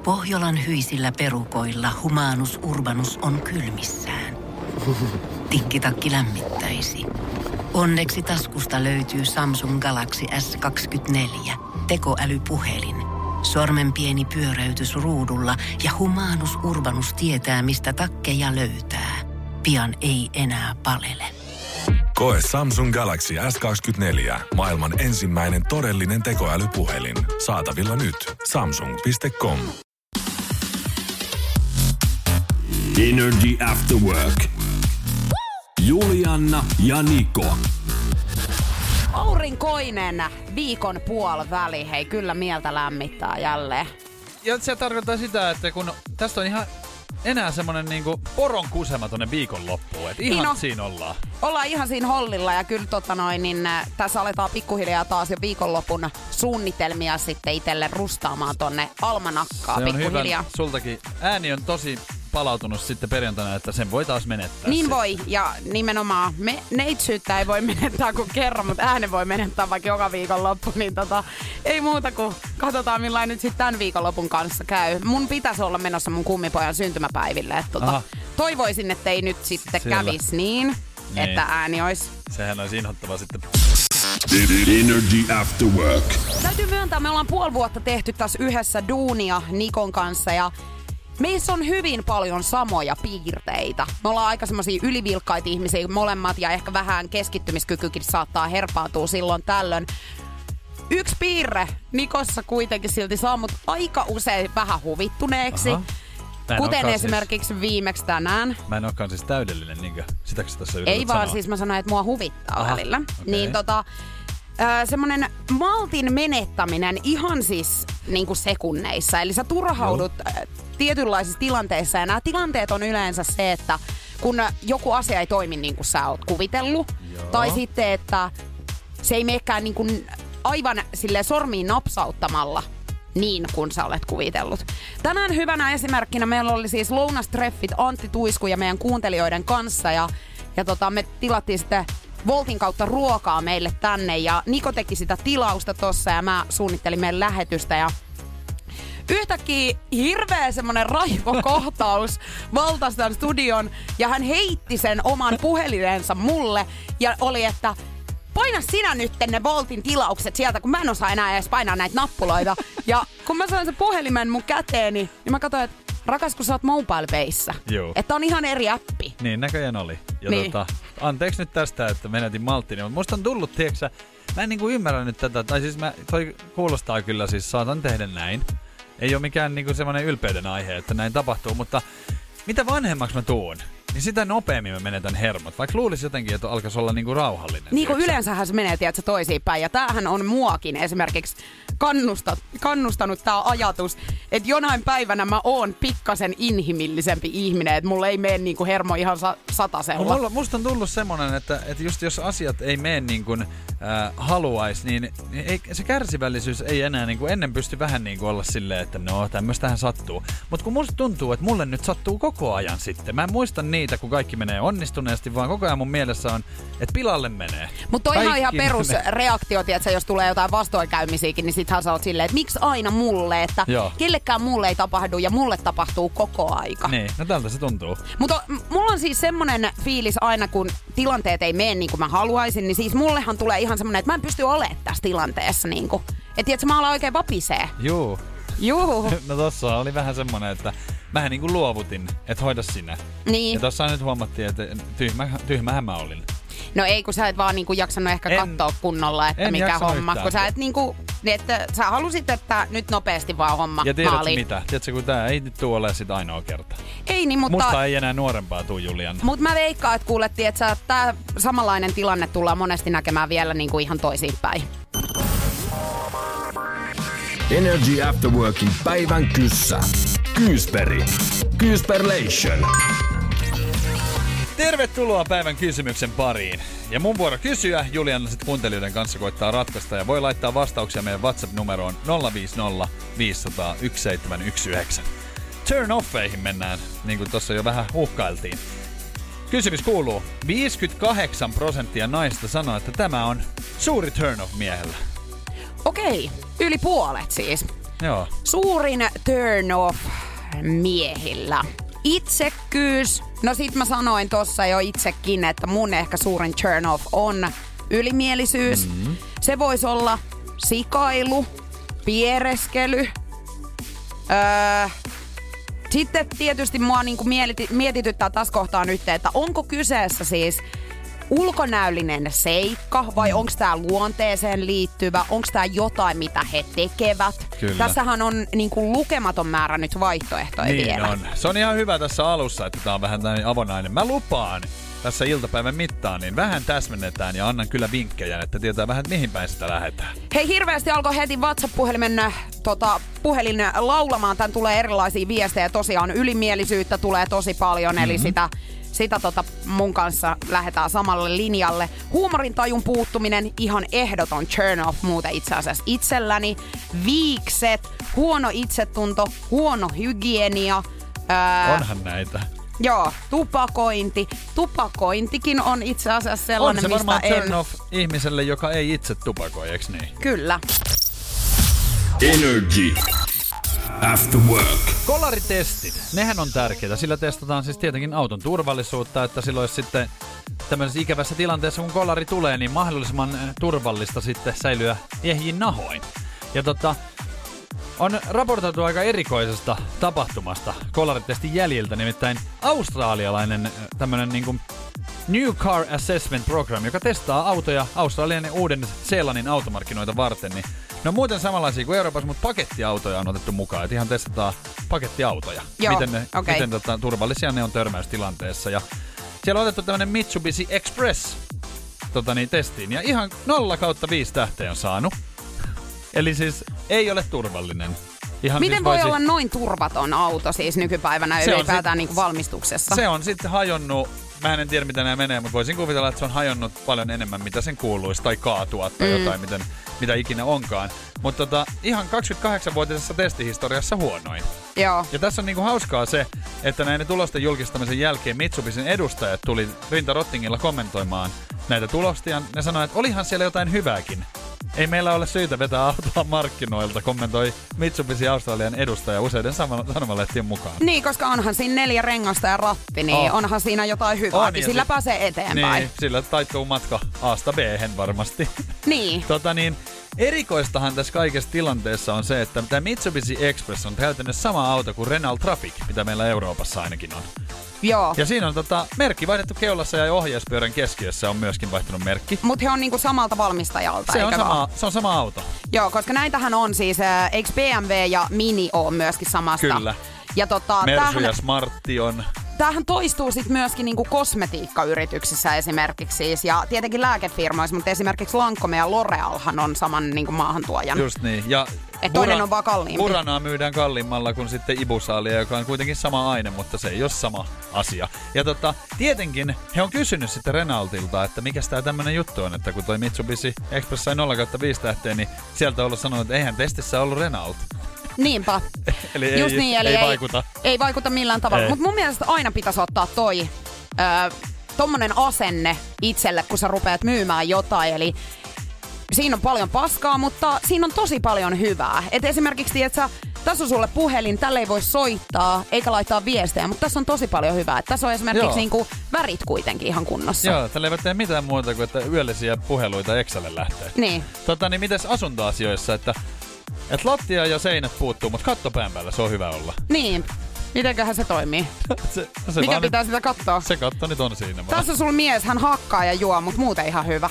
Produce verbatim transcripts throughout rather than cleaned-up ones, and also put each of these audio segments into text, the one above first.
Pohjolan hyisillä perukoilla Humanus Urbanus on kylmissään. Tikkitakki lämmittäisi. Onneksi taskusta löytyy Samsung Galaxy S kaksikymmentäneljä, tekoälypuhelin. Sormen pieni pyöräytys ruudulla ja Humanus Urbanus tietää, mistä takkeja löytää. Pian ei enää palele. Koe Samsung Galaxy S kaksikymmentäneljä, maailman ensimmäinen todellinen tekoälypuhelin. Saatavilla nyt. samsung piste com. Energy After Work. Julianna ja Niko. Aurinkoinen viikon puoliväli. Hei, kyllä mieltä lämmittää jälleen. Ja se tarkoittaa sitä, että kun tästä on ihan enää semmonen niinku poron kusema tonne viikonloppuun. Et ihan niin no, siinä ollaan. Ollaan ihan siinä hollilla ja kyllä tota noin, niin äh, tässä aletaan pikkuhiljaa taas jo viikonlopun suunnitelmia sitten itselle rustaamaan tonne almanakkaa se on pikkuhiljaa. Hyvä. Sultakin ääni on tosi palautunut sitten perjantaina, että sen voi taas menettää. Niin sit. voi, ja nimenomaan me neitsyyttä ei voi menettää kuin kerran, mutta äänen voi menettää vaikka joka viikonloppu, niin tota, ei muuta kuin katsotaan millainen nyt sitten tämän viikonlopun kanssa käy. Mun pitäisi olla menossa mun kummipojan syntymäpäiville, että tota, toivoisin, että ei nyt sitten Siellä. kävisi niin, niin, että ääni olisi. Sehän olisi inhottavaa sitten. Energy After Work. Täytyy myöntää, me ollaan puoli vuotta tehty tässä yhdessä duunia Nikon kanssa ja meissä on hyvin paljon samoja piirteitä. Me ollaan aika semmosia ylivilkkaita ihmisiä molemmat ja ehkä vähän keskittymiskykykin saattaa herpaantua silloin tällöin. Yksi piirre Nikossa kuitenkin silti saa mut aika usein vähän huvittuneeksi. Kuten esimerkiksi siis viimeksi tänään. Mä en olekaan siis täydellinen, niinkö? Sitäkö tässä yrität Ei vaan sanoa? siis mä sanoin, että mua huvittaa Aha, välillä. okay. Niin tota, äh, semmonen maltin menettäminen ihan siis niinku sekunneissa. Eli sä turhaudut äh, tietynlaisissa tilanteissa. Ja nämä tilanteet on yleensä se, että kun joku asia ei toimi niin kuin sä oot kuvitellut. Joo. Tai sitten, että se ei menekään niin kuin aivan silleen sormiin napsauttamalla niin kuin sä olet kuvitellut. Tänään hyvänä esimerkkinä meillä oli siis lounastreffit Antti Tuisku ja meidän kuuntelijoiden kanssa. Ja, ja tota, me tilattiin sitten Voltin kautta ruokaa meille tänne. Ja Niko teki sitä tilausta tossa ja mä suunnittelin meidän lähetystä. Ja yhtäkkiä hirveä semmonen raivokohtaus valtasi tämän studion ja hän heitti sen oman puhelinensa mulle ja oli, että paina sinä nyt ne Voltin tilaukset sieltä, kun mä en osaa enää edes painaa näitä nappuloita. Ja kun mä sain sen puhelimen mun käteeni, niin mä katsoin, että rakas, kun sä oot MobilePayssä. Että on ihan eri appi. Niin, näköjään oli. Ja niin. tota, anteeksi nyt tästä, että menetin malttini, mutta musta on tullut, tiiäksä, mä en niinku ymmärrä nyt tätä, tai siis mä, toi kuulostaa kyllä, siis saatan tehdä näin. Ei ole mikään niinku semmoinen ylpeyden aihe, että näin tapahtuu, mutta mitä vanhemmaksi mä tuun, niin sitä nopeammin mä menetän hermot. Vaikka luulisi jotenkin, että alkaisi olla niinku rauhallinen. Niin kuin yleensähän se menee, tiedätkö, toisiin päin. Ja tämähän on muakin esimerkiksi kannusta, kannustanut tää ajatus, että jonain päivänä mä oon pikkasen inhimillisempi ihminen, että mulla ei mene niinku hermo ihan sa- satasella. Mulla, musta on tullut semmonen, että, että just jos asiat ei mene niin kuin äh, haluais, niin, niin ei, se kärsivällisyys ei enää niin kuin ennen pysty vähän niin kuin olla silleen, että no tämmöstähän sattuu. Mutta kun musta tuntuu, että mulle nyt sattuu koko ajan sitten. Mä en muista niitä, kun kaikki menee onnistuneesti, vaan koko ajan mun mielessä on, että pilalle menee. Mutta toi ihan ihan perusreaktio, että jos tulee jotain vastoinkäymisiäkin, niin sittenhän sä oot silleen, että miksi aina mulle, että Joo. kellekään mulle ei tapahdu ja mulle tapahtuu koko aika. Niin, no tältä se tuntuu. Mutta mulla on siis semmonen fiilis aina, kun tilanteet ei mene niin kuin mä haluaisin, niin siis mullehan tulee ihan semmonen, että mä en pysty olemaan tässä tilanteessa niin kuin. Että tiedätkö, mä alan oikein vapisee. Juu. Juu. No tossa oli vähän semmonen, että mähän niinku luovutin, että hoida sinä. Niin. Ja tossa nyt huomattiin, että tyhmä, tyhmähän mä olin. No ei, kun sä et vaan niinku jaksanut ehkä en, katsoa kunnolla, että mikä homma. Yhtään. Kun sä et niinku, että sä halusit, että nyt nopeasti vaan homma ja tiedätkö maaliin. mitä? Tiedätkö, kun tää ei nyt tuu ole sit ainoa kerta. Ei niin, mutta Musta ei enää nuorempaa tuu, Juliana. Mut mä veikkaan, että kuulettiin, että tää samanlainen tilanne tullaan monesti näkemään vielä niinku ihan toisinpäin. Energy After Workin päivän kyssä. Kyysperi. Kyysperlation. Tervetuloa päivän kysymyksen pariin. Ja mun vuoro kysyä, Juliana sit kuuntelijoiden kanssa koittaa ratkaista ja voi laittaa vastauksia meidän WhatsApp-numeroon nolla viisi nolla viisi nolla nolla yksi seitsemän yksi yhdeksän. Turn offeihin mennään, niin kuin tossa jo vähän uhkailtiin. Kysymys kuuluu, viisikymmentäkahdeksan prosenttia naista sanoo, että tämä on suuri turn off miehellä. Okei, yli puolet siis. Joo. Suurin turn off miehillä. Itsekkyys. No sit mä sanoin tossa jo itsekin, että mun ehkä suurin turn off on ylimielisyys. Mm-hmm. Se voisi olla sikailu, piereskely. Öö, sitten tietysti mua niinku mietityttää tässä kohtaa nyt, että onko kyseessä siis ulkonäöllinen seikka vai onko tää luonteeseen liittyvä, onko tää jotain, mitä he tekevät. Kyllä. Tässähän on niinku lukematon määrä nyt vaihtoehtoja niin vielä. On. Se on ihan hyvä tässä alussa, että tää on vähän tämmöinen avonainen. Mä lupaan tässä iltapäivän mittaan, niin vähän täsmennetään ja annan kyllä vinkkejä, että tietää vähän, että mihin päin sitä lähdetään. Hei, hirveästi alkoi heti WhatsApp-puhelimen tota, puhelin laulamaan. Tän tulee erilaisia viestejä. Tosiaan ylimielisyyttä tulee tosi paljon, mm-hmm. eli sitä... Sitä tota mun kanssa lähdetään samalle linjalle. Huumorintajun puuttuminen, ihan ehdoton turn off muuten itse asiassa itselläni. Viikset, huono itsetunto, huono hygienia. Öö, Onhan näitä. Joo, tupakointi. Tupakointikin on itse asiassa sellainen, mistä en... On se varmaan en... turn off ihmiselle, joka ei itse tupakoi, eiks niin? Kyllä. Energy After Work. Kolaritestit, nehän on tärkeitä. Sillä testataan siis tietenkin auton turvallisuutta, että silloin olisi sitten tämmöisessä ikävässä tilanteessa, kun kolari tulee, niin mahdollisimman turvallista sitten säilyä ehjin nahoin. Ja tota, on raportoitu aika erikoisesta tapahtumasta kolaritestin jäljiltä, nimittäin australialainen tämmönen niinku New Car Assessment Program, joka testaa autoja Australian ja Uuden-Seelannin automarkkinoita varten, niin ne on muuten samanlaisia kuin Euroopassa, mutta pakettiautoja on otettu mukaan. Et ihan testataan pakettiautoja. Joo, miten ne, okay. miten tota, turvallisia ne on törmäystilanteessa. Ja siellä on otettu tämmönen Mitsubishi Express tota niin, testiin. Ja ihan nolla kautta viisi tähteä on saanut. Eli siis ei ole turvallinen. Ihan miten siis voi voisi... olla noin turvaton auto siis nykypäivänä ylipäätään sit... niin valmistuksessa? Se on sitten hajonnut. Mä en tiedä, miten nämä menee, mutta voisin kuvitella, että se on hajonnut paljon enemmän, mitä sen kuuluisi, tai kaatua, tai mm. jotain, miten, mitä ikinä onkaan. Mutta tota, ihan kaksikymmentäkahdeksanvuotisessa testihistoriassa huonoin. Joo. Ja tässä on niinku hauskaa se, että näiden tulosten julkistamisen jälkeen Mitsubishin edustajat tuli Rinta Rottingilla kommentoimaan näitä tuloksia. Ja ne sanoi, että olihan siellä jotain hyvääkin. Ei meillä ole syytä vetää autoa markkinoilta, kommentoi Mitsubishi Australian edustaja useiden sanomalehtien mukaan. Niin, koska onhan siinä neljä rengasta ja ratti, niin oh. onhan siinä jotain hyvääkin. Sillä sit... pääsee eteenpäin. Niin, sillä taittuu matka A:sta B:hen varmasti. Niin. tota niin, erikoistahan tässä kaikessa tilanteessa on se, että tämä Mitsubishi Express on käytännössä sama auto kuin Renault Trafic, mitä meillä Euroopassa ainakin on. Joo. Ja siinä on tota, merkki vaihdettu keulassa ja ohjauspyörän keskiössä on myöskin vaihtunut merkki. Mutta he on niinku samalta valmistajalta, se eikä on sama, vaan? Se on sama auto. Joo, koska näitähän on siis, äh, eikö B M W ja Mini on myöskin samasta? Kyllä. Ja tota, Mersu tämähän, ja Smartti on. Tämähän toistuu sitten myöskin niinku kosmetiikkayrityksissä esimerkiksi siis, ja tietenkin lääkefirmoissa, mutta esimerkiksi Lancome ja L'Orealhan on saman niinku maahantuojan. Just niin. Ja Et toinen on vaan kalliimpi. Buranaa myydään kalliimmalla kuin sitten Ibusaalia, joka on kuitenkin sama aine, mutta se ei ole sama asia. Ja tota, tietenkin he on kysynyt sitten Renaultilta, että mikä tää tämmönen juttu on, että kun toi Mitsubishi Express sai nolla kautta viisi tähteä, niin sieltä on ollut sanonut, että eihän testissä ollut Renault. Niinpä. eli Just ei, niin, eli ei, ei vaikuta. Ei vaikuta millään tavalla. Mutta mun mielestä aina pitäisi ottaa toi ö, tommonen asenne itselle, kun sä rupeat myymään jotain. Eli siinä on paljon paskaa, mutta siinä on tosi paljon hyvää. Et esimerkiksi, tiedätkö, tässä on sulle puhelin, tälle ei voi soittaa eikä laittaa viestejä, mutta tässä on tosi paljon hyvää. Et tässä on esimerkiksi niinku värit kuitenkin ihan kunnossa. Joo, tällä ei tee mitään muuta kuin, että yöllisiä puheluita Excelille lähtee. Niin. Tota, niin mites asuntoasioissa, että et lattia ja seinät puuttuu, mutta katto pään päällä, se on hyvä olla. Niin. Mitenköhän se toimii? se, se Mikä vaan pitää nyt, sitä katsoa? Se katto nyt on siinä vaan. Tässä on sulla mies, hän hakkaa ja juo, mutta muuten ihan hyvä.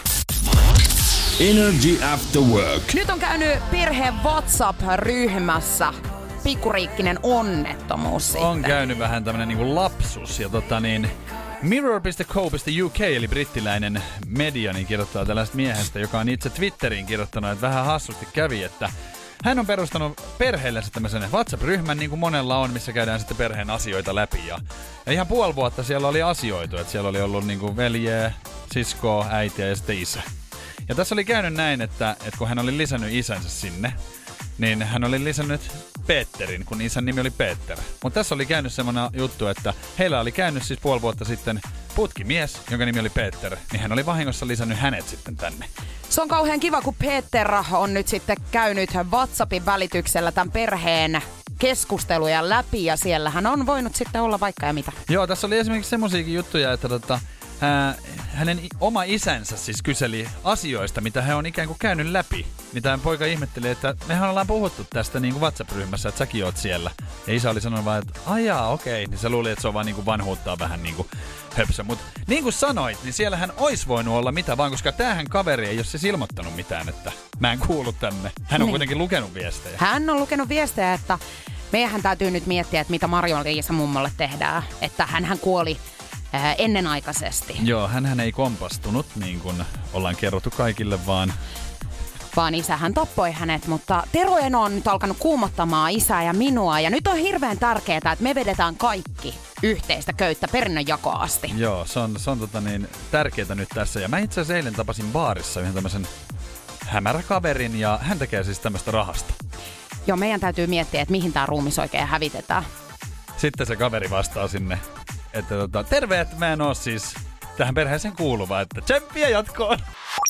Energy After Work. Nyt on käynyt perheen WhatsApp-ryhmässä pikkuriikkinen onnettomuus sitten. On käynyt vähän tämmönen niinku lapsus ja tota niin... Mirror piste co piste U K eli brittiläinen media niin kirjoittaa tällaista miehestä, joka on itse Twitteriin kirjoittanut, että vähän hassusti kävi, että hän on perustanut perheellensä tämmöisen WhatsApp-ryhmän, niin kuin monella on, missä käydään sitten perheen asioita läpi. Ja, ja ihan puoli vuotta siellä oli asioitu, että siellä oli ollut niin kuin veljeä, siskoa, äitiä ja sitten isä. Ja tässä oli käynyt näin, että, että kun hän oli lisännyt isänsä sinne, niin hän oli lisännyt Peterin, kun isän nimi oli Peter. Mutta tässä oli käynyt semmoinen juttu, että heillä oli käynyt siis puoli vuotta sitten putkimies, jonka nimi oli Peter, niin hän oli vahingossa lisännyt hänet sitten tänne. Se on kauhean kiva, kun Peter on nyt sitten käynyt WhatsAppin välityksellä tämän perheen keskusteluja läpi ja siellä hän on voinut sitten olla vaikka ja mitä. Joo, tässä oli esimerkiksi semmoisiakin juttuja, että tota, ää, hänen oma isänsä siis kyseli asioista, mitä he on ikään kuin käynyt läpi. Mitä poika ihmetteli, että mehän ollaan puhuttu tästä niin kuin WhatsApp-ryhmässä, että säkin oot siellä. Ja isä oli sanonut vaan, että ajaa, okei, okay. Niin se luuli, että se on vaan niin kuin vanhuuttaa vähän niin kuin höpsö. Mutta niin kuin sanoit, niin siellähän olisi voinut olla mitä vaan, koska tämähän kaveri ei ole siis ilmoittanut mitään, että mä en kuulu tänne. Hän on niin. kuitenkin lukenut viestejä. Hän on lukenut viestejä, että meidän täytyy nyt miettiä, että mitä Marjo-Liisa mummolle tehdään. Että hänhän kuoli ää, ennenaikaisesti. Joo, hänhän ei kompastunut, niin kuin ollaan kerrottu kaikille, vaan... Vaan isähän tappoi hänet, mutta Tero Eno on nyt alkanut kuumottamaan isää ja minua. Ja nyt on hirveän tärkeää, että me vedetään kaikki yhteistä köyttä perinnönjakoa asti. Joo, se on, se on tota niin, tärkeää nyt tässä. Ja mä itse asiassa eilen tapasin baarissa yhden tämmöisen hämäräkaverin ja hän tekee siis tämmöistä rahasta. Joo, meidän täytyy miettiä, että mihin tää ruumis oikein hävitetään. Sitten se kaveri vastaa sinne, että tota, terve, että mä en oo siis tähän perheeseen kuuluva, että tsemppiä jatkoon.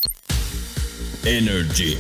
Energy.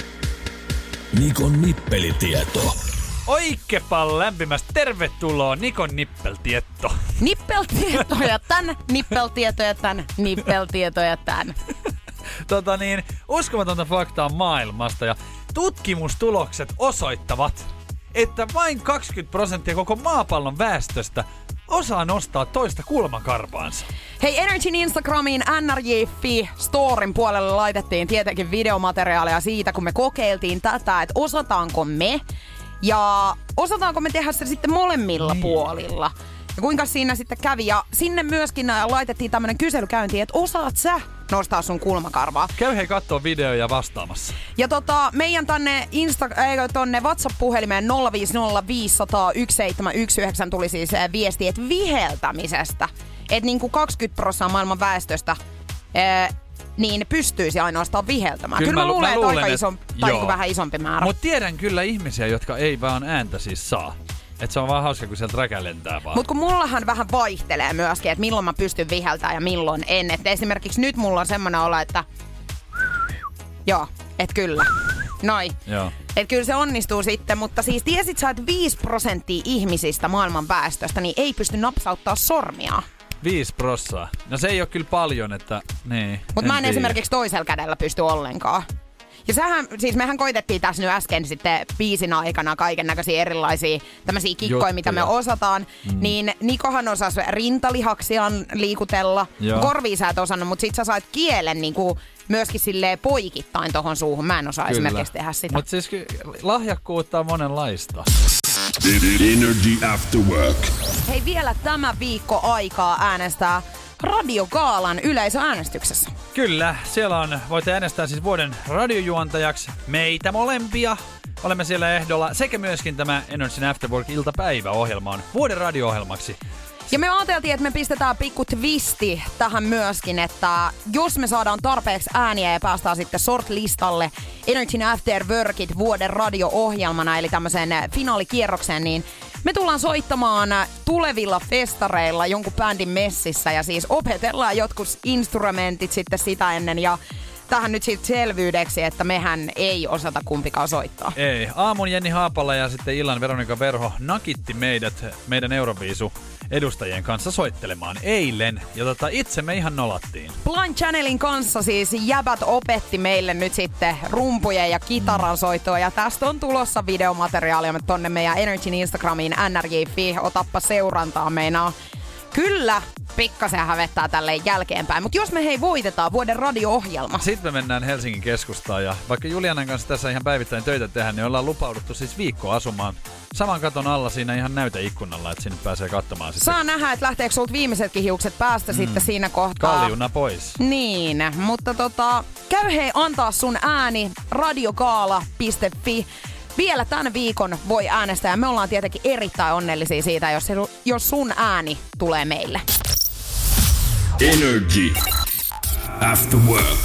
Nikon nippelitieto. Oikepa lämpimästi tervetuloa Nikon nippeltietto. Nippeltietoja tän, nippeltietoja tän, nippeltietoja tän. Tota niin, uskomatonta faktaa maailmasta ja tutkimustulokset osoittavat, että vain kaksikymmentä prosenttia koko maapallon väestöstä osaa nostaa toista kulmakarvaansa. Hei, Energyn Instagramiin N R J F I Storin puolelle laitettiin tietenkin videomateriaalia siitä, kun me kokeiltiin tätä, että osataanko me ja osataanko me tehdä se sitten molemmilla niin. puolilla. Ja kuinka siinä sitten kävi. Ja sinne myöskin laitettiin tämmönen kyselykäynti, että osaat sä nostaa sun kulmakarvaa. Käy hei kattoo videoja vastaamassa. Ja tota, meidän tänne, Insta- äh, tonne WhatsApp-puhelimeen nolla viisi nolla viisi nolla nolla yksi seitsemän yksi yhdeksän tuli siis äh, viesti, että viheltämisestä. Että niinku kaksikymmentä prosenttia maailman väestöstä äh, niin pystyisi ainoastaan viheltämään. Kyllä, kyllä mä, lu- luulen, mä luulen, että aika iso, tai niinku vähän isompi määrä. Mut tiedän kyllä ihmisiä, jotka ei vaan ääntä siis saa. Että se on vaan hauska, kun sieltä räkä lentää vaan. Mut kun mullahan vähän vaihtelee myöskin, että milloin mä pystyn viheltämään ja milloin en. Että esimerkiksi nyt mulla on semmonen olo, että joo, et kyllä. Noi. Joo. Et kyllä se onnistuu sitten, mutta siis tiesit sä, että viisi prosenttia ihmisistä maailman väestöstä niin ei pysty napsauttaa sormia. Viisi prossaa. No se ei ole kyllä paljon, että niin. Mutta mä en tiedä. Esimerkiksi toisella kädellä pysty ollenkaan. Ja sähän, siis mehän koitettiin tässä nyt äsken sitten biisin aikana kaiken näköisiä erilaisia tämmöisiä kikkoja, juttuja, mitä me osataan. Mm. Niin Nikohan osasi rintalihaksiaan liikutella. Joo. Korviin sä et osannut, mutta sit sä sait kielen niinku myöskin silleen poikittain tohon suuhun. Mä en osaa Kyllä. esimerkiksi tehdä sitä. Mutta siis lahjakkuutta on monenlaista. Energy After Work. Hei, vielä tämä viikko aikaa äänestää Radio Gaalan yleisöäänestyksessä. Kyllä, siellä on, voitte äänestää siis vuoden radiojuontajaksi meitä molempia. Olemme siellä ehdolla sekä myöskin tämä Energyn After Work -iltapäiväohjelma on vuoden radio-ohjelmaksi. Ja me ajateltiin, että me pistetään pikku twisti tähän myöskin, että jos me saadaan tarpeeksi ääniä ja päästään sitten shortlistalle Energyn After Workit vuoden radio-ohjelmana, eli tämmöiseen finaalikierrokseen, niin me tullaan soittamaan tulevilla festareilla jonkun bändin messissä ja siis opetellaan jotkut instrumentit sitten sitä ennen ja tähän nyt sitten selvyydeksi, että mehän ei osata kumpikaan soittaa. Ei. Aamun Jenni Haapala ja sitten illan Veronika Verho nakitti meidät meidän Euroviisu edustajien kanssa soittelemaan eilen. Ja tota, itse me ihan nolattiin. Blind Channelin kanssa siis jäbät opetti meille nyt sitten rumpujen ja kitaran soittoa. Ja tästä on tulossa videomateriaalia tonne meidän Energyn Instagramiin N R J F I. Otappa seurantaa meinaa. Kyllä, pikkasen hävettää tälleen jälkeenpäin. Mutta jos me hei voitetaan vuoden radio-ohjelma. Sitten me mennään Helsingin keskustaan ja vaikka Julianan kanssa tässä ihan päivittäin töitä tehdään, niin ollaan lupauduttu siis viikko asumaan saman katon alla siinä ihan näyteikkunalla, että sinne pääsee katsomaan sitten. Saa nähdä, että lähteekö sulta viimeisetkin hiukset päästä mm. sitten siinä kohtaa. Kaljuna pois. Niin, mutta tota, käy hei antaa sun ääni radiogaala piste fi. Vielä tämän viikon voi äänestää ja me ollaan tietenkin erittäin onnellisia siitä, jos, jos sun ääni tulee meille. Energy After Work. Tämmönen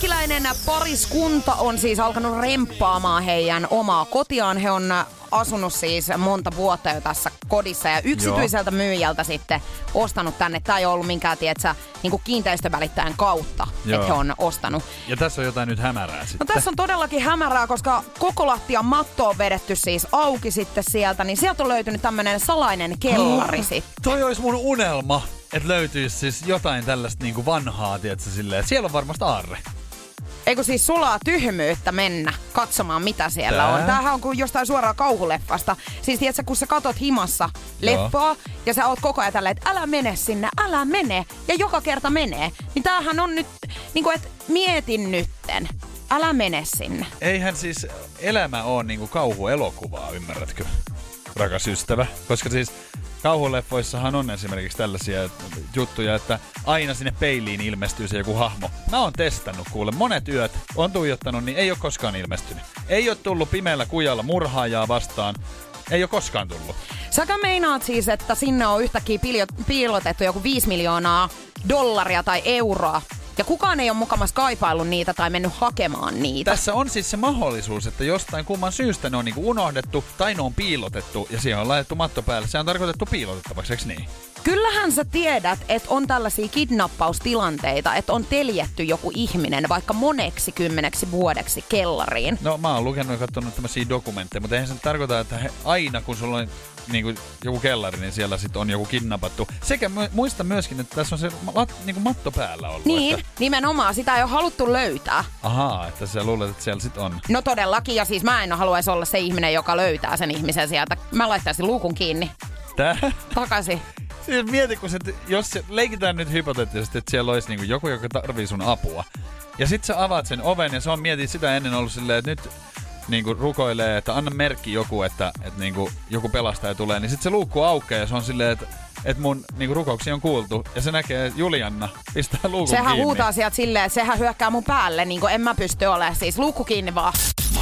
Helsinkiläinen pariskunta on siis alkanut remppaamaan heidän omaa kotiaan. He on asunut siis monta vuotta jo tässä kodissa ja yksityiseltä Joo. myyjältä sitten ostanut tänne. Tämä ei ollut minkään, tietsä, niin kuin kiinteistövälittäjän kautta, Joo. että he on ostanut. Ja tässä on jotain nyt hämärää sitten. No tässä on todellakin hämärää, koska koko lattian matto on vedetty siis auki sitten sieltä, niin sieltä on löytynyt tämmönen salainen kellari oh, sitten. Toi olisi mun unelma, että löytyisi siis jotain tällaista niinku vanhaa, tietsä, silleen, että siellä on varmasti aarre. Eikö siis sulaa tyhmyyttä mennä katsomaan, mitä siellä Tää? on? Tämähän on kuin jostain suoraan kauhuleffasta. Siis tiedätkö, kun sä katot himassa leppaa ja sä oot koko ajan tälleen, että älä mene sinne, älä mene. Ja joka kerta menee. Niin tämähän on nyt, niin kuin, että mietin nytten. Älä mene sinne. Eihän siis elämä ole niinku kauhuelokuvaa, ymmärrätkö, rakas ystävä? Koska siis kauhuleffoissahan on esimerkiksi tällaisia juttuja, että aina sinne peiliin ilmestyy se joku hahmo. Mä oon testannut, kuule, monet yöt on tuijottanut, niin ei ole koskaan ilmestynyt. Ei ole tullut pimeällä kujalla murhaajaa vastaan. Ei ole koskaan tullut. Säkä meinaat siis, että sinne on yhtäkkiä piilotettu joku viisi miljoonaa dollaria tai euroa. Ja kukaan ei ole mukamassa kaipaillut niitä tai mennyt hakemaan niitä. Tässä on siis se mahdollisuus, että jostain kumman syystä ne on niinku unohdettu tai ne on piilotettu ja siihen on laitettu matto päälle. Se on tarkoitettu piilotettavaksi, eikö niin? Kyllähän sä tiedät, että on tällaisia kidnappaustilanteita, että on teljetty joku ihminen vaikka moneksi kymmeneksi vuodeksi kellariin. No mä oon lukenut ja katsonut tämmöisiä dokumentteja, mutta eihän se tarkoita, että he, aina kun sulla on niinku joku kellari, niin siellä sit on joku kidnappattu. Sekä my- muista myöskin, että tässä on se lat- niinku matto päällä ollut. Niin, että nimenomaan. Sitä ei ole haluttu löytää. Ahaa, että sä luulet, että siellä sit on. No todellakin, ja siis mä en haluaisi olla se ihminen, joka löytää sen ihmisen sieltä. Mä laittaisin luukun kiinni. Tää? Takaisin. Siis mieti, kun se, jos se, leikitään nyt hypoteettisesti, että siellä olisi niinku joku, joka tarvii sun apua. Ja sit sä avaat sen oven ja se on mietit sitä ennen ollut silleen, että nyt niinku rukoilee, että anna merkki joku, että, että niinku joku pelastaja tulee. Niin sit se luukku aukeaa ja se on silleen, että että mun niinku rukouksia on kuultu. Ja se näkee, että Julianna pistää luukun sehän kiinni. Sehän huutaa sieltä silleen, että sehän hyökkää mun päälle, niin kuin en mä pysty olemaan. Siis luukku kiinni vaan.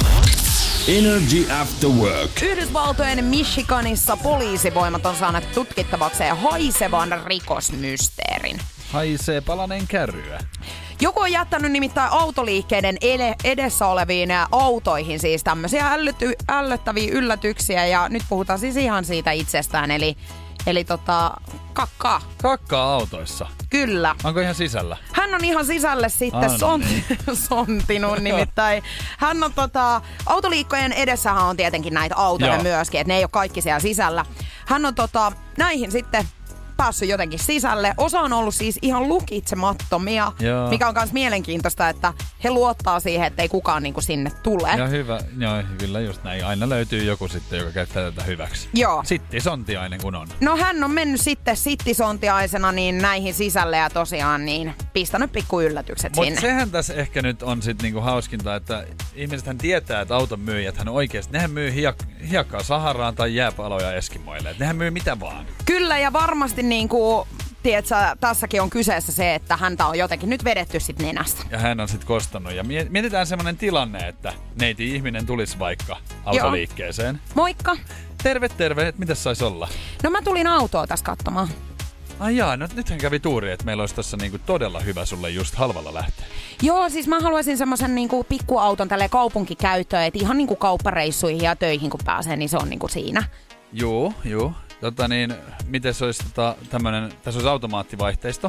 Energy After Work. Yhdysvaltojen Michiganissa poliisivoimat on saaneet tutkittavakseen haisevan rikosmysteerin. Haisee palaneen kärryä. Joku on jättänyt nimittäin autoliikkeiden edessä oleviin autoihin siis tämmöisiä ällöty, ällöttäviä yllätyksiä. Ja nyt puhutaan siis ihan siitä itsestään, eli, eli tota, kakkaa. Kakkaa autoissa? Kyllä. Onko ihan sisällä? Hän on ihan sisälle sitten ah, son, sontinut nimittäin. Hän on tota, autoliikkojen edessähän on tietenkin näitä autoja Joo. myöskin, että ne ei ole kaikki siellä sisällä. Hän on tota, näihin sitten päässyt jotenkin sisälle. Osa on ollut siis ihan lukitsemattomia, Joo. mikä on myös mielenkiintoista, että he luottaa siihen, että ei kukaan niinku sinne tule. Ja hyvä, joo, kyllä just näin. Aina löytyy joku sitten, joka käyttää tätä hyväksi. Joo. Sittisontiainen kun on. No hän on mennyt sitten sittisontiaisena niin näihin sisälle ja tosiaan niin pistänyt pikku yllätykset Mut sinne. Mutta sehän tässä ehkä nyt on sitten niinku hauskinta, että ihmisethän tietää, että auton myyjät hän oikeasti, nehän myy hiek- hiekkaa Saharaan tai jääpaloja Eskimoille. Et nehän myy mitä vaan. Kyllä ja varmasti niinku, tiedätkö, tässäkin on kyseessä se, että häntä on jotenkin nyt vedetty sit nenästä. Ja hän on sit kostannut. Ja mietitään semmonen tilanne, että neiti ihminen tulisi vaikka autoliikkeeseen. Joo. Moikka. Terve, terve. Et mitäs sais olla? No mä tulin autoa tässä katsomaan. Ai jaa, no nythän kävi tuuri, että meillä olisi tässä niinku todella hyvä sulle just halvalla lähteä. Joo, siis mä haluaisin semmoisen niinku pikkuauton tälleen kaupunkikäyttöön, että ihan niinku kauppareissuihin ja töihin kun pääsee, niin se on niinku siinä. Joo, joo. Tota niin, miten se olisi tota, tämmönen, tässä olisi automaattivaihteisto?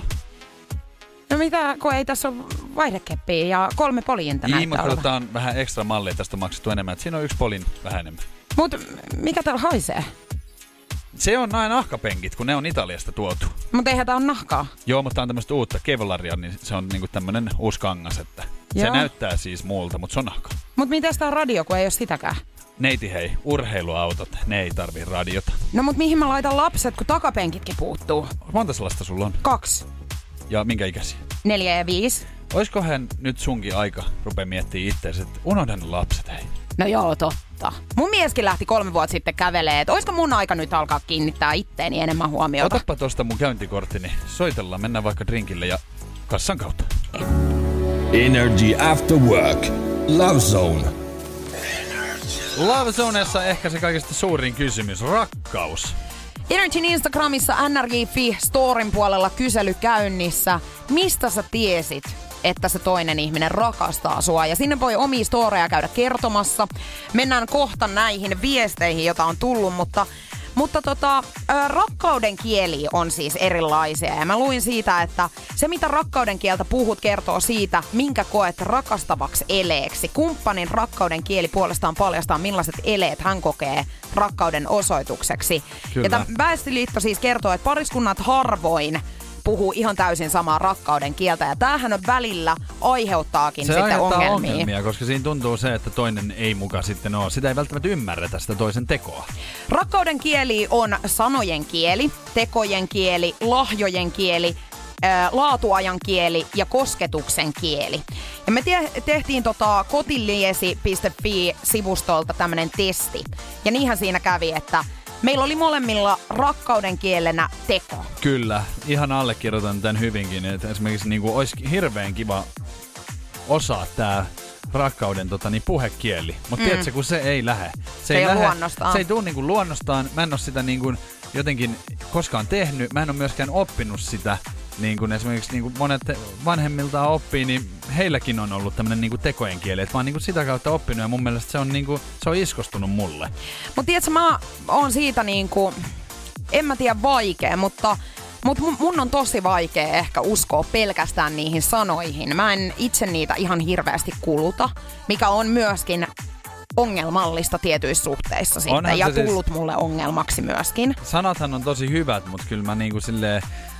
No mitä, kun ei tässä ole vaihdekeppiä ja kolme poljinta näyttää olevan. Niin, mutta on vähän ekstra mallia, tästä on maksettu enemmän, että siinä on yksi polin vähän enemmän. Mut mikä täällä haisee? Se on näin nahkapenkit, kun ne on Italiasta tuotu. Mutta eihän tää on nahkaa. Joo, mutta on tämmöistä uutta Kevlaria, niin se on niinku tämmönen uusi kangas, että Joo. se näyttää siis muulta, mutta se on nahka. Mut miten tää on radio, kun ei ole sitäkään? Neiti hei, urheiluautot, ne ei tarvii radiota. No mut mihin mä laitan lapset, kun takapenkitkin puuttuu? Monta sellaista sulla on? Kaksi. Ja minkä ikäisiä? Neljä ja viisi. Oiskohan nyt sunkin aika rupea miettimään itseäsi, että unohdan ne lapset, hei? No joo, totta. Mun mieskin lähti kolme vuotta sitten kävelee, että oisko mun aika nyt alkaa kiinnittää itteeni enemmän huomiota? Otappa tosta mun käyntikorttini. Soitellaan, mennään vaikka drinkille ja kassan kautta. Energy After Work. Love Zone. Love Zonessa ehkä se kaikista suurin kysymys, rakkaus. Energyn Instagramissa N R J F I Storin puolella kysely käynnissä. Mistä sä tiesit, että se toinen ihminen rakastaa sua. Ja sinne voi omia storeja käydä kertomassa. Mennään kohta näihin viesteihin, joita on tullut, mutta... Mutta tota, ä, rakkauden kieli on siis erilaisia ja mä luin siitä, että se mitä rakkauden kieltä puhut kertoo siitä, minkä koet rakastavaksi eleeksi. Kumppanin rakkauden kieli puolestaan paljastaa millaiset eleet hän kokee rakkauden osoitukseksi. Kyllä. Ja tämä Väestöliitto siis kertoo, että pariskunnat harvoin puhuu ihan täysin samaa rakkauden kieltä. Ja tämähän on välillä aiheuttaakin se sitten aiheuttaa ongelmia. ongelmia, koska siinä tuntuu se, että toinen ei muka sitten ole. Sitä ei välttämättä ymmärretä sitä toisen tekoa. Rakkauden kieli on sanojen kieli, tekojen kieli, lahjojen kieli, ää, laatuajan kieli ja kosketuksen kieli. Ja me te- tehtiin tota kotiliesi piste fi-sivustolta tämmönen testi. Ja niinhän siinä kävi, että meillä oli molemmilla rakkauden kielenä teko. Kyllä, ihan allekirjoitan tämän hyvinkin. Että esimerkiksi niin kuin olisi hirveän kiva osaa tää rakkauden tota, niin puhekieli. Mutta mm. tiedätkö, kun se ei lähe. Se, se ei, ei luonnostaan. Se ei tule niin kuin luonnostaan. Mä en ole sitä niin kuin jotenkin koskaan tehnyt. Mä en ole myöskään oppinut sitä. Niin kuin esimerkiksi niin kuin monet vanhemmiltaan oppii, niin heilläkin on ollut tämmöinen niin kuin tekojen kieli. Että mä oon niin kuin sitä kautta oppinut ja mun mielestä se on, niin kuin, se on iskostunut mulle. Mutta tiedätkö, mä oon siitä niin kuin, en mä tiedä vaikea, mutta Mutta mun on tosi vaikea ehkä uskoa pelkästään niihin sanoihin. Mä en itse niitä ihan hirveästi kuluta, mikä on myöskin ongelmallista tietyissä suhteissa sitten. Onhan ja tullut siis mulle ongelmaksi myöskin. Sanathan on tosi hyvät, mutta kyllä mä niinku silleen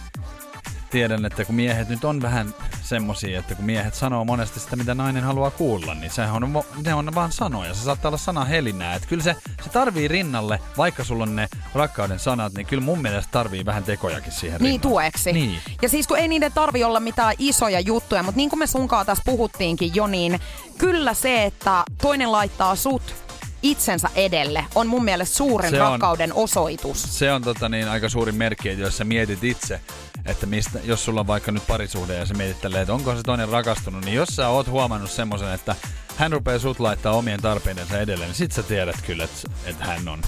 tiedän, että kun miehet nyt on vähän semmosia, että kun miehet sanoo monesti sitä, mitä nainen haluaa kuulla, niin sehän on, ne on vaan sanoja. Se saattaa olla sanahelinää. Että kyllä se, se tarvii rinnalle, vaikka sulla on ne rakkauden sanat, niin kyllä mun mielestä tarvii vähän tekojakin siihen rinnalle. Niin tueksi. Niin. Ja siis kun ei niiden tarvi olla mitään isoja juttuja, mutta niin kuin me sunkaan tässä puhuttiinkin jo, niin kyllä se, että toinen laittaa sut itsensä edelle, on mun mielestä suurin se rakkauden on, osoitus. Se on tota niin, aika suuri merkki, että jos sä mietit itse, että mistä, jos sulla on vaikka nyt parisuhde ja sä mietit tälleen, että onko se toinen rakastunut, niin jos sä oot huomannut semmoisen, että hän rupeaa sut laittaa omien tarpeidensa edelle, niin sit sä tiedät kyllä, että, että hän on.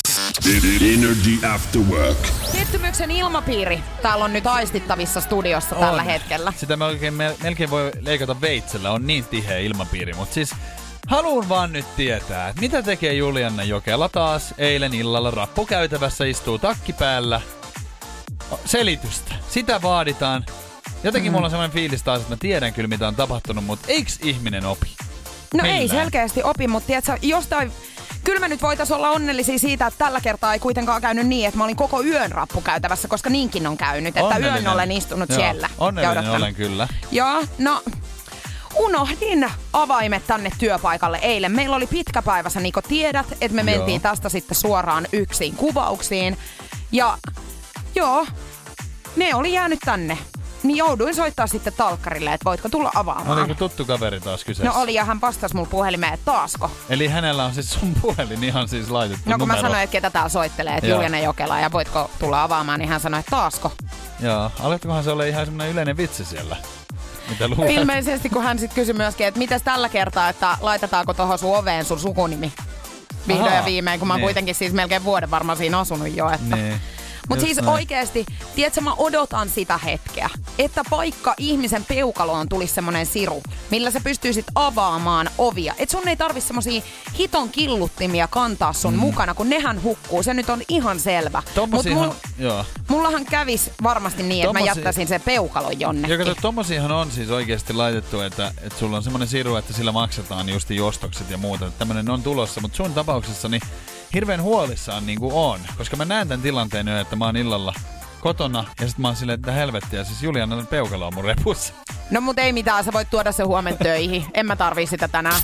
Energy After Work. Pettymyksen ilmapiiri täällä on nyt aistittavissa studiossa on tällä hetkellä. Sitä melkein, melkein voi leikata veitsellä, on niin tiheä ilmapiiri, mutta siis haluan vaan nyt tietää, että mitä tekee Julianna Jokela taas eilen illalla rappukäytävässä, istuu takki päällä. Selitystä. Sitä vaaditaan. Jotenkin mm. mulla on sellainen fiilis taas, että mä tiedän kyllä mitä on tapahtunut, mutta eiks ihminen opi? No Millään? Ei selkeästi opi, mutta tiedätkö, jostain... Kyllä me nyt voitaisiin olla onnellisia siitä, että tällä kertaa ei kuitenkaan käynyt niin, että mä olin koko yön rappukäytävässä, koska niinkin on käynyt, että onnellinen. Yön olen istunut Joo. siellä. Onnellinen olen kyllä. Joo, no... Unohdin avaimet tänne työpaikalle eilen. Meillä oli pitkä päivä, sä Niko tiedät, että me mentiin joo. tästä sitten suoraan yksin kuvauksiin. Ja joo, ne oli jäänyt tänne. Niin jouduin soittaa sitten talkkarille, että voitko tulla avaamaan. Oliko tuttu kaveri taas kyseessä? No oli ja hän vastasi mulle puhelimeen, että taasko. Eli hänellä on siis sun puhelin ihan siis laitettu No kun numero. mä sanoin, että ketä täällä soittelee, että Juliana Jokela ja voitko tulla avaamaan, niin hän sanoi, että taasko. Joo, aletkohan se olla ihan semmoinen yleinen vitsi siellä? Mitä luulet? Ilmeisesti kun hän sitten kysyi myöskin, että mitäs tällä kertaa, että laitetaanko tohon sun oveen sun sukunimi. Vihdoin ja viimein, kun mä oon niin. kuitenkin siis melkein vuoden varmaan siinä asunut jo. Että. Niin. Mutta siis näin. Oikeesti, tiedätkö, mä odotan sitä hetkeä, että vaikka ihmisen peukaloon tulisi semmonen siru, millä sä pystyisit avaamaan ovia. Et sun ei tarvi semmosia hiton killuttimia kantaa sun mm. mukana, kun nehän hukkuu. Se nyt on ihan selvä. Mut mul, joo. mullahan kävis varmasti niin, että mä jättäisin sen peukalon jonnekin. Ja kato, tommosiahan on siis oikeesti laitettu, että, että sulla on semmonen siru, että sillä maksetaan justi ostokset ja muuta. Tämmönen on tulossa, mutta sun tapauksessa niin hirveän huolissaan niinku on, koska mä näen tän tilanteen jo, että mä oon illalla kotona ja sit mä oon silleen, että helvettiä, siis Juliana peukalo on mun repussa. No mut ei mitään, sä voit tuoda sen huomen töihin. En mä tarvii sitä tänään.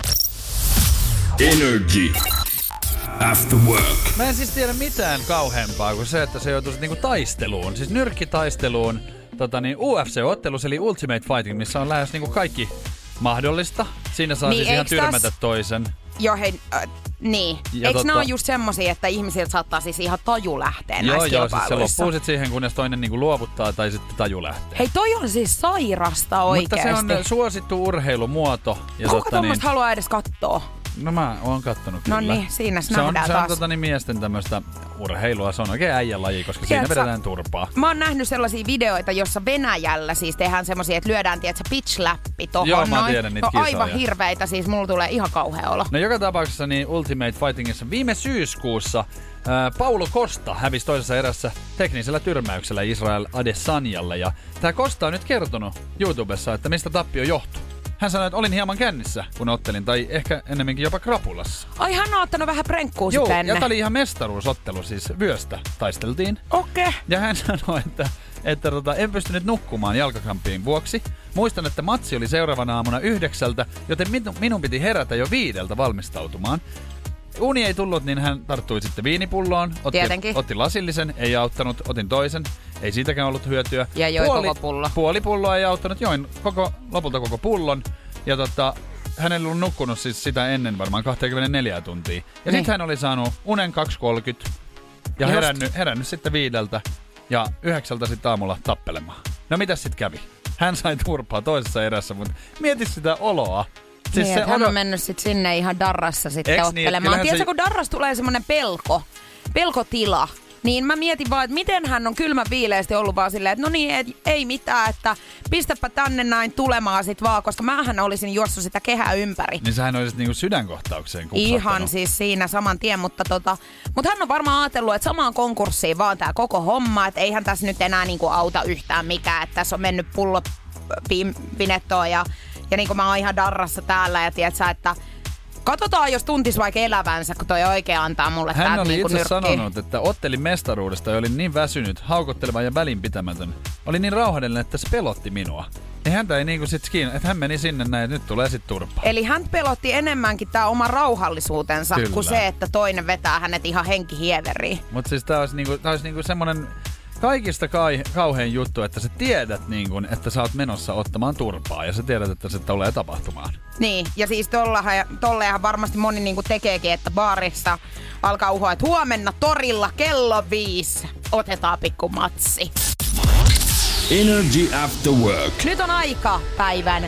Energy After Work. Mä en siis tiedä mitään kauheampaa kuin se, että se joutuisi niinku taisteluun, siis nyrkkitaisteluun, tota niin, U F C-ottelus eli Ultimate Fighting, missä on lähes niinku kaikki mahdollista. Siinä saa niin, siis ihan tyrmätä täs toisen. Joo, hei, äh, niin. Ja eikö totta, nää ole just semmosia, että ihmisiltä saattaa siis ihan taju lähteä joo, näissä joo, siis se loppuu sit siihen, kunnes toinen niinku luovuttaa tai sitten taju lähtee. Hei, toi on siis sairasta oikeesti. Mutta se on suosittu urheilumuoto. Ja kuka totta tommoista niin, haluaa edes kattoo? No mä oon kattonut kyllä. No niin, siinä se on, nähdään se on taas. tota, niin miesten tämmöstä urheilua. Se on oikein äijän laji, koska Tiedätkö, siinä vedetään turpaa. Mä oon nähnyt sellaisia videoita, jossa Venäjällä siis tehdään semmosia, että lyödään, tiedätkö, pitch-läppi tohon Joo, mä noin. tiedän niitä No, kisoja. aivan hirveitä, siis mulla tulee ihan kauhea olo. No joka tapauksessa niin Ultimate Fightingissa viime syyskuussa ää, Paulo Costa hävisi toisessa erässä teknisellä tyrmäyksellä Israel Adesanyalle. Ja tää Costa on nyt kertonut YouTubessa, että mistä tappio johtuu. Hän sanoi, että olin hieman kännissä, kun ottelin, tai ehkä ennemminkin jopa krapulassa. Ai, hän on ottanut vähän prenkkuu Joo, sitten ja ennen. tää oli ihan mestaruusottelu, siis vyöstä taisteltiin. Okei. Okay. Ja hän sanoi, että, että tota, en pystynyt nukkumaan jalkakramppiin vuoksi. Muistan, että matsi oli seuraavana aamuna yhdeksältä, joten minun, minun piti herätä jo viideltä valmistautumaan. Uni ei tullut, niin hän tarttui sitten viinipulloon. Otti, otti lasillisen, ei auttanut. Otin toisen, ei siitäkään ollut hyötyä. Ja joi puoli, koko pullo. Puoli pulloa ei auttanut, join koko, lopulta koko pullon. Ja tota, hän ei ollut nukkunut siis sitä ennen varmaan kaksikymmentäneljä tuntia. Ja niin. sitten hän oli saanut unen kaksi kolmekymmentä ja herännyt, herännyt sitten viideltä ja yhdeksältä sitten aamulla tappelemaan. No mitäs sitten kävi? Hän sai turpaa toisessa erässä, mutta mieti sitä oloa. Siis niin, se hän on on mennyt sit sinne ihan darrassa sitten Eks ottelemaan. niin, Tiedätkö, se... kun darras tulee semmonen pelko, pelkotila, niin mä mietin vaan, että miten hän on kylmän viileästi ollut vaan silleen, että no niin, et, ei mitään, että pistäpä tänne näin tulemaan sit vaan, koska mähän olisin juossut sitä kehää ympäri. Niin sähän olisit niinku sydänkohtaukseen kupsahtanut. Ihan siis siinä saman tien, mutta tota, mutta hän on varmaan ajatellut, että samaan konkurssiin vaan tää koko homma, että eihän tässä nyt enää niinku auta yhtään mikään, että tässä on mennyt pullo pinettoon ja Ja niin kuin mä oon ihan darrassa täällä ja tiedätkö, että katsotaan, jos tuntis vaikka elävänsä, kun toi oikein antaa mulle Hän tää oli niinku itse nyrkki. sanonut, että ottelin mestaruudesta ja oli niin väsynyt, haukotteleva ja välinpitämätön. Oli niin rauhallinen, että se pelotti minua. Ja häntä ei niinku sit kiinni, että hän meni sinne näin, että nyt tulee sit turpaa. Eli hän pelotti enemmänkin tää oma rauhallisuutensa Kyllä. kuin se, että toinen vetää hänet ihan henkihieveriin. Mut siis tää olisi niinku, tää olisi niinku semmonen kaikista kai, kauhein juttu, että sä tiedät, niinku, että sä oot menossa ottamaan turpaa ja sä tiedät, että se tulee tapahtumaan. Niin, ja siis tollahan, tolleenhan varmasti moni niinku tekeekin, että baarissa alkaa uhoa, että huomenna torilla kello viisi otetaan pikku matsi. Energy After Work. Nyt on aika päivän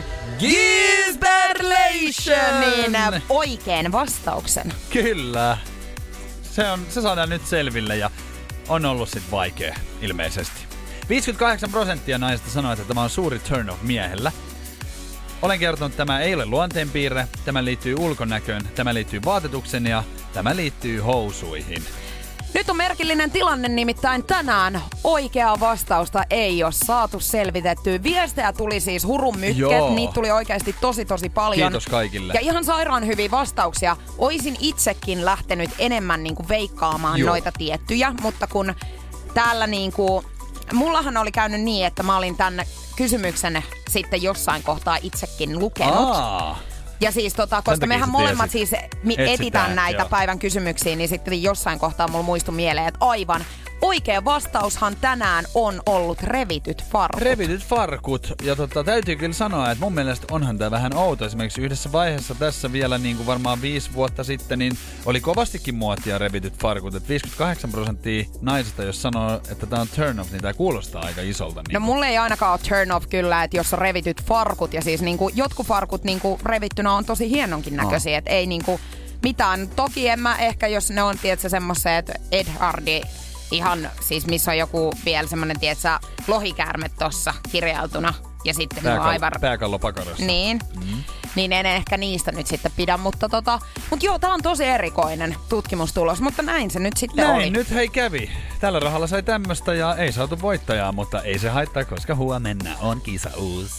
Gisberlationin oikein vastauksen. Kyllä. Se, on, se saadaan nyt selville ja on ollut sit vaikea ilmeisesti. viisikymmentäkahdeksan prosenttia naisista sanoo, että tämä on suuri turn off miehellä. Olen kertonut, että tämä ei ole luonteenpiirre, tämä liittyy ulkonäköön, tämä liittyy vaatetukseen ja tämä liittyy housuihin. Nyt on merkillinen tilanne, nimittäin tänään oikeaa vastausta ei ole saatu selvitettyä. Viestejä tuli siis hurun mykket, Joo. niitä tuli oikeasti tosi tosi paljon. Kiitos kaikille. Ja ihan sairaan hyviä vastauksia. Oisin itsekin lähtenyt enemmän niinku veikkaamaan Joo. noita tiettyjä, mutta kun täällä niinku... Mullahan oli käynyt niin, että mä olin tänne kysymyksen sitten jossain kohtaa itsekin lukenut. Aa. Ja siis tota, koska takia mehän sä molemmat tiesit. siis mi- Etsitään, etitään näitä joo. päivän kysymyksiä, niin sitten jossain kohtaa mulla muistui mieleen, että aivan oikea vastaushan tänään on ollut revityt farkut. Revityt farkut. Ja tota, täytyy kyllä sanoa, että mun mielestä onhan tää vähän outo. Esimerkiksi yhdessä vaiheessa tässä vielä niin kuin varmaan viisi vuotta sitten, niin oli kovastikin muotia revityt farkut. Että viisikymmentäkahdeksan prosenttia naisista, jos sanoo, että tää on turn off, niin tää kuulostaa aika isolta. Niin No mulle ei ainakaan ole turn off kyllä, että jos on revityt farkut ja siis niinku, jotkut farkut niinku revittynä on tosi hienonkin näköisiä, oh. että ei niinku mitään. Toki en mä ehkä, jos ne on tietysti semmoiset Ed Hardy, ihan siis missä on joku vielä semmonen tietysti lohikäärme tossa kirjailtuna ja sitten Pääkall- on aivan... pääkallo pakarassa. Niin. Mm. Niin en ehkä niistä nyt sitten pidä, mutta tota... Mut joo, tää on tosi erikoinen tutkimustulos, mutta näin se nyt sitten Näin, oli. nyt hei kävi. Tällä rahalla sai tämmöstä ja ei saatu voittajaa, mutta ei se haittaa, koska huomenna on kisauus.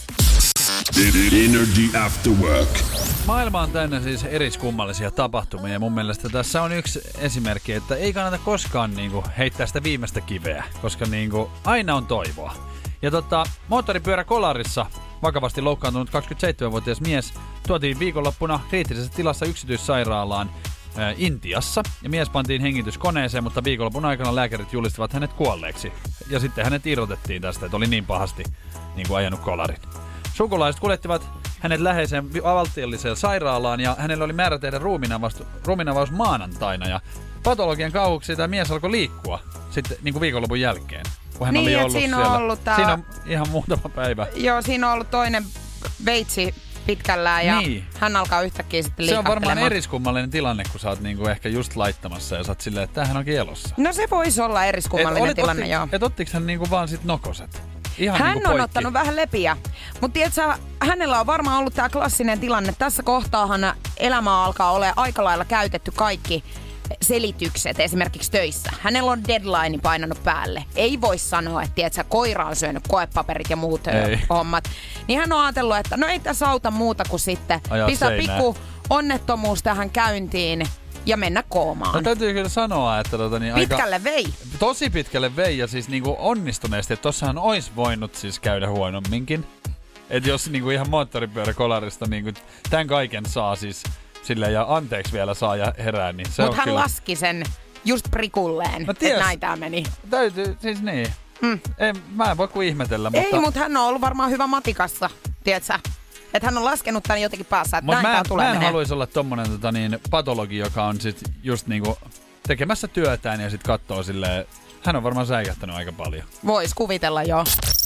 Energy After Work. Maailma on täynnä siis eriskummallisia tapahtumia ja mun mielestä tässä on yksi esimerkki, että ei kannata koskaan niinku heittää sitä viimeistä kiveä, koska niinku aina on toivoa. Ja tota, moottoripyörä Kolarissa vakavasti loukkaantunut kaksikymmentäseitsemänvuotias mies tuotiin viikonloppuna kriittisessä tilassa yksityissairaalaan ää, Intiassa. Ja mies pantiin hengityskoneeseen, mutta viikonlopun aikana lääkärit julistivat hänet kuolleeksi. Ja sitten hänet irrotettiin tästä, että oli niin pahasti niin kuin ajanut kolarin. Sukulaiset kuljettivat hänet läheiseen valtiolliseen sairaalaan ja hänellä oli määrä tehdä ruumiinavaus maanantaina. Ja patologian kauhuksi tämä mies alkoi liikkua sitten niin kuin viikonlopun jälkeen. Kun hän Niin, oli et ollut siinä on siellä. ollut tää- Siinä on ihan muutama päivä. Joo, siinä on ollut toinen veitsi pitkällään ja niin. hän alkaa yhtäkkiä sitten Se on varmaan liikahtelemaan. eriskummallinen tilanne, kun sä oot niinku ehkä just laittamassa ja sä oot silleen, että tämähän onkin elossa. No se voisi olla eriskummallinen et, tilanne, otti, joo. Et ottiko hän niinku vaan sit nokoset? Ihan Hän niinku on poikki. ottanut vähän lepiä, mutta tiedätkö, hänellä on varmaan ollut tää klassinen tilanne. Tässä kohtaahan elämä alkaa olla aika lailla käytetty kaikki selitykset esimerkiksi töissä. Hänellä on deadline painanut päälle. Ei voi sanoa, että tiedätkö, koira on syönyt koepaperit ja muut ei. hommat. Niin hän on ajatellut, että no ei tässä auta muuta kuin sitten ajaa pistää seinään. pikku onnettomuus tähän käyntiin ja mennä koomaan. No, täytyy kyllä sanoa, että tota, niin Pitkälle aika, vei. tosi pitkälle vei ja siis niinku onnistuneesti, että tossahan olisi voinut siis käydä huonomminkin. Että jos niinku ihan moottoripyöräkolarista niinku tämän kaiken saa siis silleen ja anteeksi vielä saa ja herää, niin se Mut on hän kyllä... laski sen just prikulleen, No että ties. näin tää meni. Täytyy, siis niin. Mm. En, mä en voi kuin ihmetellä, mutta... Ei, mutta hän on ollut varmaan hyvä matikassa, tiedätkö? Että hän on laskenut tän jotenkin päässä, että Mut näin mä, tää tulee mä en menee. haluaisi olla tommonen tota, niin, patologi, joka on sit just niinku tekemässä työtään ja sit kattoo silleen... Hän on varmaan säikähtänyt aika paljon. Vois kuvitella jo.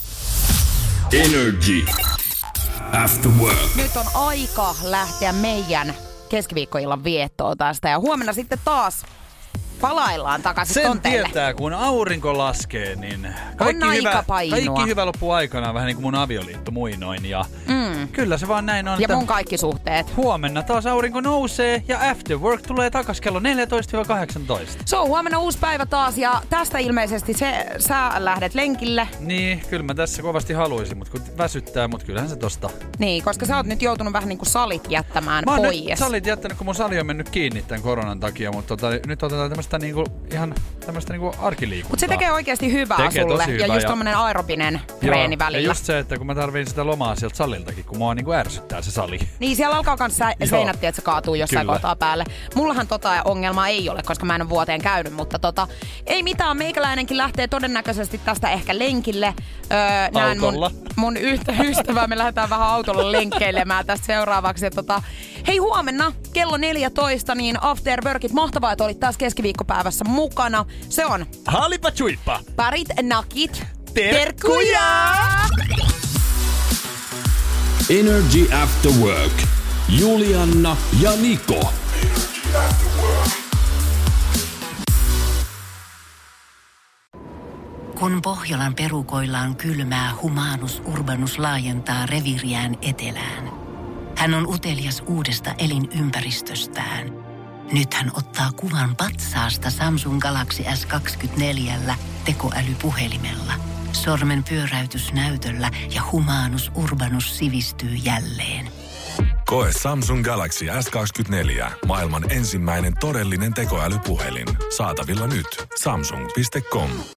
Energy After Work. Nyt on aika lähteä meidän keskiviikkoillan viettoon tästä ja huomenna sitten taas palaillaan takaisin Sen tonteille. tietää, kun aurinko laskee, niin kaikki, On hyvä, aikapainoa. kaikki hyvä loppuu aikanaan, vähän niin kuin mun avioliitto muinoin. Ja Mm. kyllä se vaan näin on, Ja että mun kaikki suhteet. huomenna taas aurinko nousee ja After Work tulee takas kello neljätoista kahdeksantoista. Se on huomenna uusi päivä taas ja tästä ilmeisesti se, sä lähdet lenkille. Niin, kyllä mä tässä kovasti haluaisin, mutta kun väsyttää, mutta kyllähän se tosta. Niin, koska sä oot nyt joutunut vähän niin kuin salit jättämään Mä oon pois. nyt salit jättänyt, kun mun sali on mennyt kiinni tämän koronan takia, mutta tota, nyt otetaan tämmöstä niinku, ihan tämmöstä niinku arkiliikuntaa. Mutta se tekee oikeasti hyvää Tekee sulle tosi hyvää ja just ja- tommonen aerobinen treeni välillä. Ja just se, että kun mä tarviin sitä lomaa sieltä saliltakin, kun mua niinku ärsyttää se sali. Niin, siellä alkaa kans sä- Joo. seinät, että se kaatuu jossain Kyllä. kohtaa päälle. Mullahan tota ongelmaa ei ole, koska mä en ole vuoteen käynyt, mutta tota, ei mitään. Meikäläinenkin lähtee todennäköisesti tästä ehkä lenkille. Öö, näen mun, Autolla. mun yhtä ystävää, me lähdetään vähän autolla lenkkeilemään tästä seuraavaksi. Ja tota, hei, huomenna kello neljätoista, niin After Workit, mahtavaa, että olit taas keskiviikkopäivässä mukana. Se on Halipa chuippa! parit nakit. Terkkuja! Energy After Work. Julianna ja Niko. Kun Pohjolan perukoillaan kylmää, Humanus Urbanus laajentaa reviriään etelään. Hän on utelias uudesta elinympäristöstään. Nyt hän ottaa kuvan patsaasta Samsung Galaxy S kaksikymmentäneljä tekoälypuhelimella. Sormen pyöräytys näytöllä ja Humanus Urbanus sivistyy jälleen. Koe Samsung Galaxy S kaksikymmentäneljä, maailman ensimmäinen todellinen tekoälypuhelin. Saatavilla nyt. Samsung piste com.